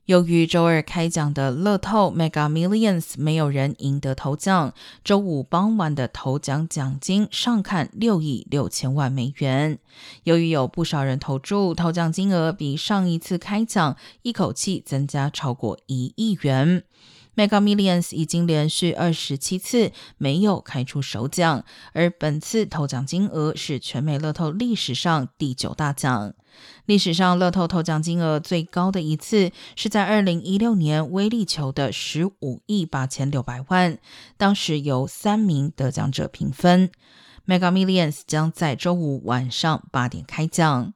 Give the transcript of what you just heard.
由于周二开奖的乐透 Mega Millions 没有人赢得头奖，周五傍晚的头奖奖金上看6亿6千万美元。由于有不少人投注，头奖金额比上一次开奖一口气增加超过1亿元。Mega Millions 已经连续27次没有开出首奖，而本次头奖金额是全美乐透历史上第9大奖。历史上乐透头奖金额最高的一次是在2016年威力球的15亿8600万，当时由3名得奖者平分。Mega Millions 将在周五晚上8点开奖。